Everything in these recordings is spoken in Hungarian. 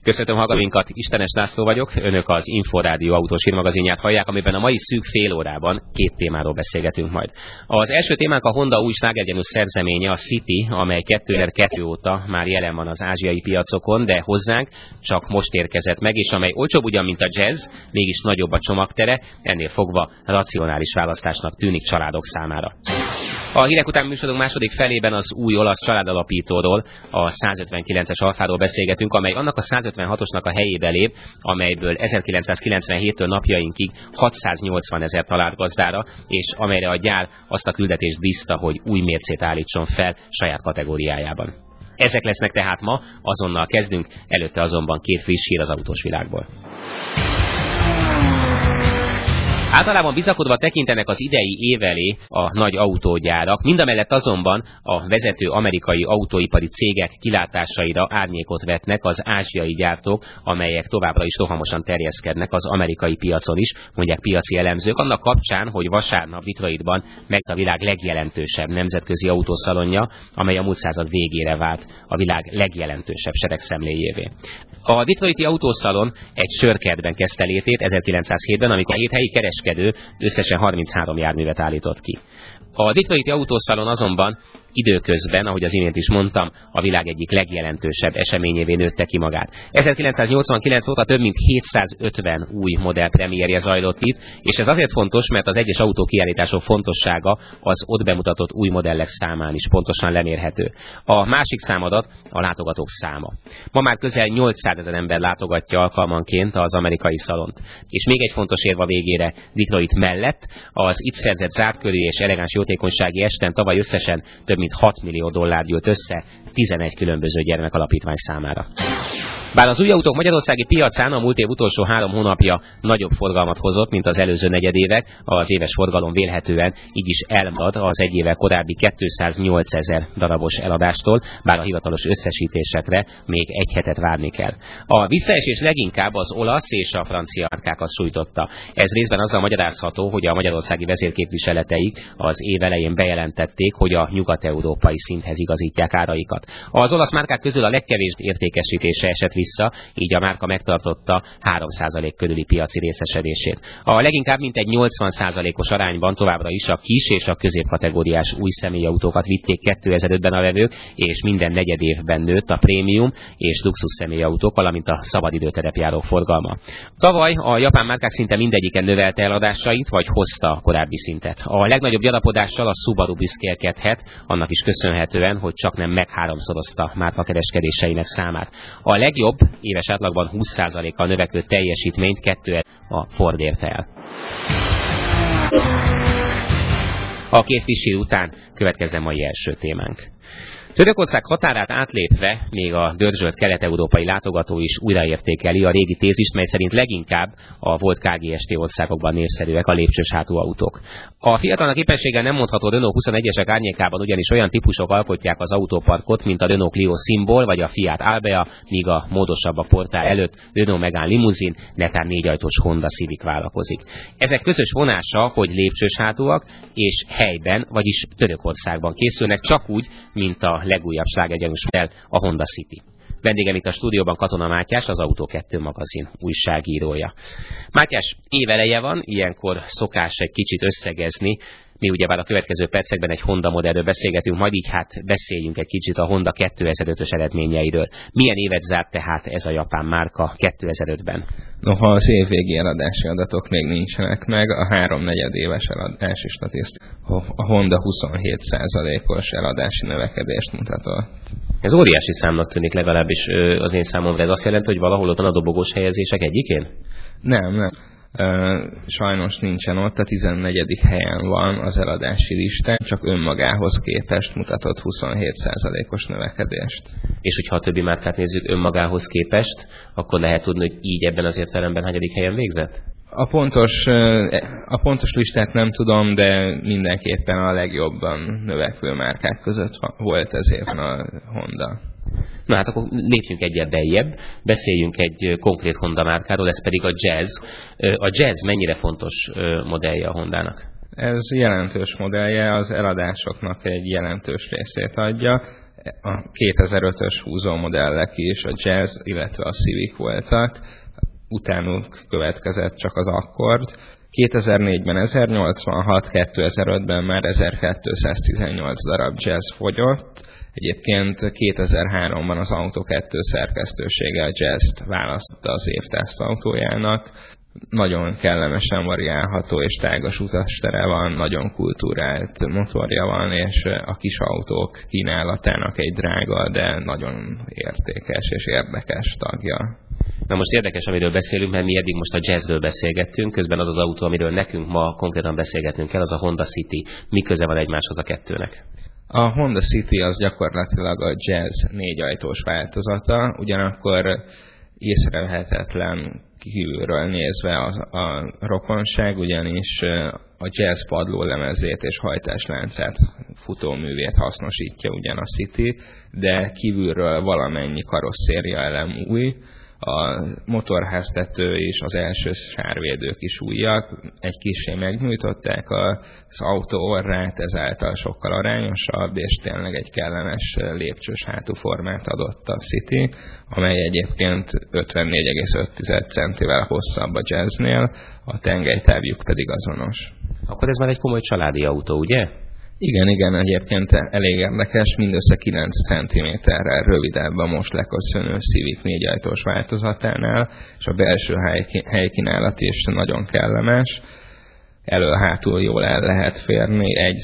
Köszöntöm hallgatóinkat, Istenes László vagyok, önök az Inforádió autós hírmagazinját hallják, amiben a mai szűk fél órában két témáról beszélgetünk majd. Az első témánk a Honda új slágergyanús szerzeménye, a City, amely 2002 óta már jelen van az ázsiai piacokon, de hozzánk csak most érkezett meg, és amely olcsóbb ugyan, mint a Jazz, mégis nagyobb a csomagtere, ennél fogva racionális választásnak tűnik családok számára. A hírek után műsorunk második felében az új olasz családalapítóról, a 159-es Alfáról beszélgetünk, amely annak a 156-osnak a helyébe lép, amelyből 1997-től napjainkig 680 000 talált gazdára, és amelyre a gyár azt a küldetést bízta, hogy új mércét állítson fel saját kategóriájában. Ezek lesznek tehát ma, azonnal kezdünk, előtte azonban két friss hír az autós világból. Általában bizakodva tekintenek az idei év elé a nagy autógyárak, mindamellett azonban a vezető amerikai autóipari cégek kilátásaira árnyékot vetnek az ázsiai gyártók, amelyek továbbra is rohamosan terjeszkednek az amerikai piacon is, mondják piaci elemzők, annak kapcsán, hogy vasárnap Detroitban meg a világ legjelentősebb nemzetközi autószalonja, amely a múlt század végére vált a világ legjelentősebb seregszemléjévé. A detroiti autószalon egy sörkertben kezdte létét 1907-ben, amikor 7 helyi kereskedő összesen 33 járművet állított ki. A detroiti autószalon azonban időközben, ahogy az imént is mondtam, a világ egyik legjelentősebb eseményévé nőtte ki magát. 1989 óta több mint 750 új modell premierje zajlott itt, és ez azért fontos, mert az egyes autókiállítások fontossága az ott bemutatott új modellek számán is pontosan lemérhető. A másik számadat a látogatók száma. Ma már közel 800 000 ember látogatja alkalmanként az amerikai szalont. És még egy fontos érv a végére Detroit mellett, az itt szerzett zártkörű és elegáns jótékonysági esten tavaly összesen több mint $6 millió gyűlt össze 11 különböző gyermekalapítvány számára. Bár az új autók magyarországi piacán a múlt év utolsó 3 hónapja nagyobb forgalmat hozott, mint az előző negyedévek, az éves forgalom vélhetően így is elmarad az egy évvel korábbi 208 000 darabos eladástól, bár a hivatalos összesítésekre még egy hetet várni kell. A visszaesés leginkább az olasz és a francia márkákat sújtotta. Ez részben azzal magyarázható, hogy a magyarországi vezérképviseleteik az év elején bejelentették, hogy a nyugat-európai szinthez igazítják áraikat. Az olasz márkák közül a legkevésbé értékesítése esett vissza, így a márka megtartotta 3% körüli piaci részesedését. A leginkább mintegy 80%-os arányban továbbra is a kis és a középkategóriás új személyautókat vitték 2005-ben a vevők, és minden negyed évben nőtt a prémium és luxus személyautók, valamint a szabadidőterepjárók forgalma. Tavaly a japán márkák szinte mindegyiken növelte eladásait, vagy hozta a korábbi szintet. A legnagyobb gyarapodással a Subaru büszkélkedhet, annak is köszönhetően, hogy csaknem megháromszorozta márkakereskedéseinek számát. A legjobb éves átlagban 20%-kal növekvő teljesítményt 2000 a Ford érte el. A két friss hír után következzen mai első témánk. Törökország határát átlépve még a dörzsölt kelet-európai látogató is újraértékeli a régi tézist, mely szerint leginkább a volt KGST országokban népszerűek a lépcsős hátú autók. A fiatalnak éppenséggel nem mondható Renault 21-esek árnyékában ugyanis olyan típusok alkotják az autóparkot, mint a Renault Clio Symbol vagy a Fiat Albea, míg a módosabbak portál előtt Renault Megane limuzin, netán 4-ajtós Honda Civic vállalkozik. Ezek közös vonása, hogy lépcsős hátúak és helyben, vagyis Törökországban készülnek, csak úgy, mint a legújabb slágergyanús modell, a Honda City. Vendégem itt a stúdióban Katona Mátyás, az Autó 2 magazin újságírója. Mátyás, éveleje van, ilyenkor szokás egy kicsit összegezni. Mi ugyebár a következő percekben egy Honda modellről beszélgetünk, majd így hát beszéljünk egy kicsit a Honda 2005-ös eredményeiről. Milyen évet zárt tehát ez a japán márka 2005-ben? Noha az évvégi eladási adatok még nincsenek meg, a 3/4 éves eladási statisztika a Honda 27%-os eladási növekedést mutatott. Ez óriási számnak tűnik, legalábbis az én számomra. Ez azt jelenti, hogy valahol ott van a dobogós helyezések egyikén? Nem. Sajnos nincsen ott, a 14. helyen van az eladási listán, csak önmagához képest mutatott 27%-os növekedést. És hogyha a többi márkát nézzük önmagához képest, akkor lehet tudni, hogy így ebben az értelemben hányadik helyen végzett? A pontos listát nem tudom, de mindenképpen a legjobban növekvő márkák között volt ez évben a Honda. Na hát akkor lépjünk egyet beljebb, beszéljünk egy konkrét Honda márkáról, ez pedig a Jazz. A Jazz mennyire fontos modellje a Hondának? Ez jelentős modellje, az eladásoknak egy jelentős részét adja. A 2005-ös húzómodellek is, a Jazz, illetve a Civic voltak, utánuk következett csak az Accord. 2004-ben 1086, 2005-ben már 1218 darab Jazz fogyott. Egyébként 2003-ban az Auto 2 szerkesztősége a Jazz-t választotta az év tesztautójának. Nagyon kellemesen variálható és tágas utastere van, nagyon kultúrált motorja van, és a kis autók kínálatának egy drága, de nagyon értékes és érdekes tagja. Na most érdekes, amiről beszélünk, mert mi eddig most a Jazzről beszélgettünk, közben az az autó, amiről nekünk ma konkrétan beszélgetnünk kell, az a Honda City. Mi köze van egymáshoz a kettőnek? A Honda City az gyakorlatilag a Jazz 4-ajtós változata, ugyanakkor észrevehetetlen kívülről nézve a rokonság, ugyanis a Jazz padlólemezét és hajtásláncát, futóművét hasznosítja ugyan a City, de kívülről valamennyi karosszéria elem új, a motorháztető és az első sárvédők is újak, egy kissé megnyújtották az autó orrát, ezáltal sokkal arányosabb, és tényleg egy kellemes lépcsős hátúformát adott a City, amely egyébként 54,5 centivel hosszabb a Jazznél, a tengelytávjuk pedig azonos. Akkor ez már egy komoly családi autó, ugye? Igen, egyébként elég érdekes, mindössze 9 cm-rel rövidebb a most leköszönő Civic 4-ajtós változatánál, és a belső helykínálat is nagyon kellemes. Elől-hátul jól el lehet férni, egy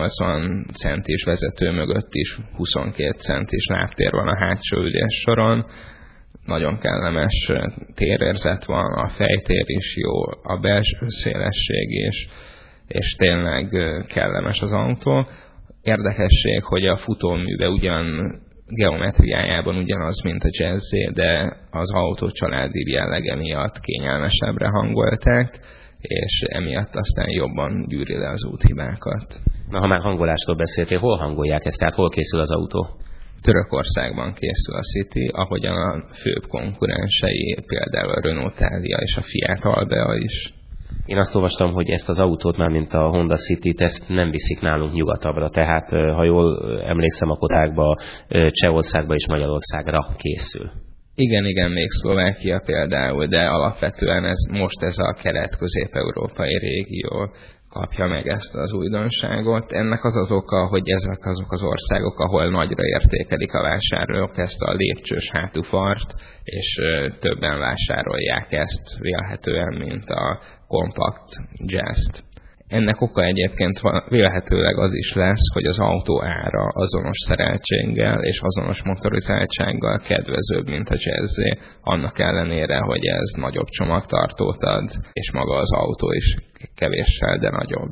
180 centis vezető mögött is 22 centis lábtér van a hátsó ülés soron. Nagyon kellemes térérzet van, a fejtér is jó, a belső szélesség is, és tényleg kellemes az autó. Érdekesség, hogy a futóműve ugyan geometriájában ugyanaz, mint a Jazzé, de az autó családi jellege miatt kényelmesebbre hangolták, és emiatt aztán jobban gyűri le az úthibákat. Na, ha már hangolásról beszéltél, hol hangolják ezt, tehát hol készül az autó? Törökországban készül a City, ahogyan a főbb konkurensei, például a Renault Thalia és a Fiat Albea is. Én azt olvastam, hogy ezt az autót, már mint a Honda Cityt, ezt nem viszik nálunk nyugatabbra, tehát ha jól emlékszem, a kotákba, Csehországba és Magyarországra készül. Igen, még Szlovákia például, de alapvetően ez a kelet-közép-európai régió kapja meg ezt az újdonságot. Ennek az oka, hogy ezek azok az országok, ahol nagyra értékelik a vásárlók ezt a lépcsős hátúfart, és többen vásárolják ezt vélhetően, mint a kompakt Jazz-t. Ennek oka egyébként vélhetőleg az is lesz, hogy az autó ára azonos szereltséggel és azonos motorizáltsággal kedvezőbb, mint a Jazzé, annak ellenére, hogy ez nagyobb csomagtartót ad, és maga az autó is kevéssel, de nagyobb.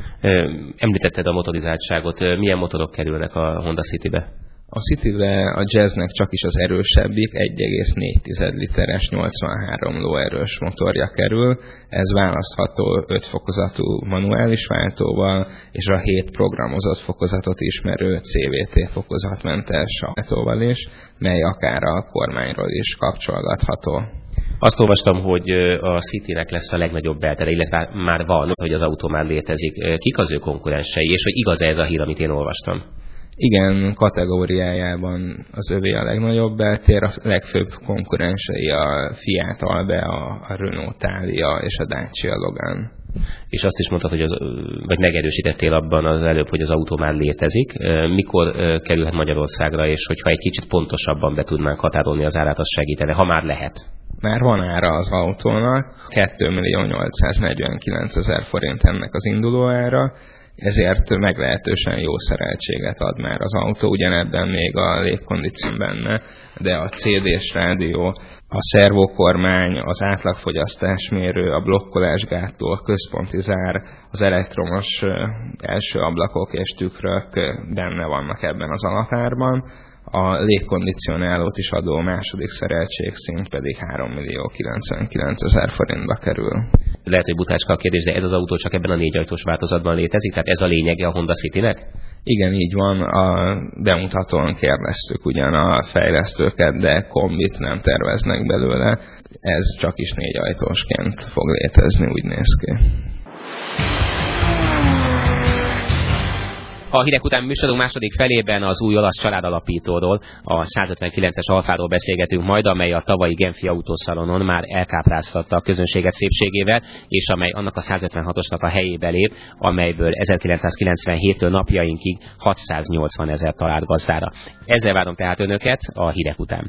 Említetted a motorizáltságot. Milyen motorok kerülnek a Honda Citybe? A Citybe a Jazznek csak is az erősebbik, 1,4 literes 83 lóerős motorja kerül. Ez választható 5 fokozatú manuális váltóval, és a 7 programozott fokozatot ismerő CVT fokozatmentes váltóval is, mely akár a kormányról is kapcsolgatható. Azt olvastam, hogy a Citynek lesz a legnagyobb beltere, illetve már van, hogy az autó már létezik. Kik az ő konkurensei, és hogy igaz ez a hír, amit én olvastam? Igen, kategóriájában az övé a legnagyobb beltér, a legfőbb konkurensei a Fiat Albea, a Renault Thalia és a Dacia Logan. És azt is mondtad, hogy vagy megerősítettél abban az előbb, hogy az autó már létezik. Mikor kerülhet Magyarországra, és hogyha egy kicsit pontosabban be tudnánk határolni az árát, az segítene, ha már lehet? Már van ára az autónak, 2.849.000 forint ennek az induló ára, ezért meglehetősen jó szereltséget ad már az autó, ugyanebben még a légkondició benne, de a CD-s rádió, a szervokormány, az átlagfogyasztásmérő, a blokkolásgátló, a központi zár, az elektromos első ablakok és tükrök benne vannak ebben az alapárban. A légkondicionálót is adó második szereltségszint pedig 3.099.000 forintba kerül. Lehet, hogy butácska a kérdés, de ez az autó csak ebben a 4-ajtós változatban létezik? Tehát ez a lényege a Honda Citynek? Igen, így van. A bemutatón kérdeztük ugyan a fejlesztőket, de kombit nem terveznek belőle. Ez csak is 4-ajtósként fog létezni, úgy néz ki. A hírek után műsorunk második felében az új olasz családalapítóról, a 159-es Alfáról beszélgetünk majd, amely a tavalyi Genfi autószalonon már elkápráztatta a közönséget szépségével, és amely annak a 156-osnak a helyébe lép, amelyből 1997-től napjainkig 680 000 talált gazdára. Ezzel várom tehát önöket a hírek után.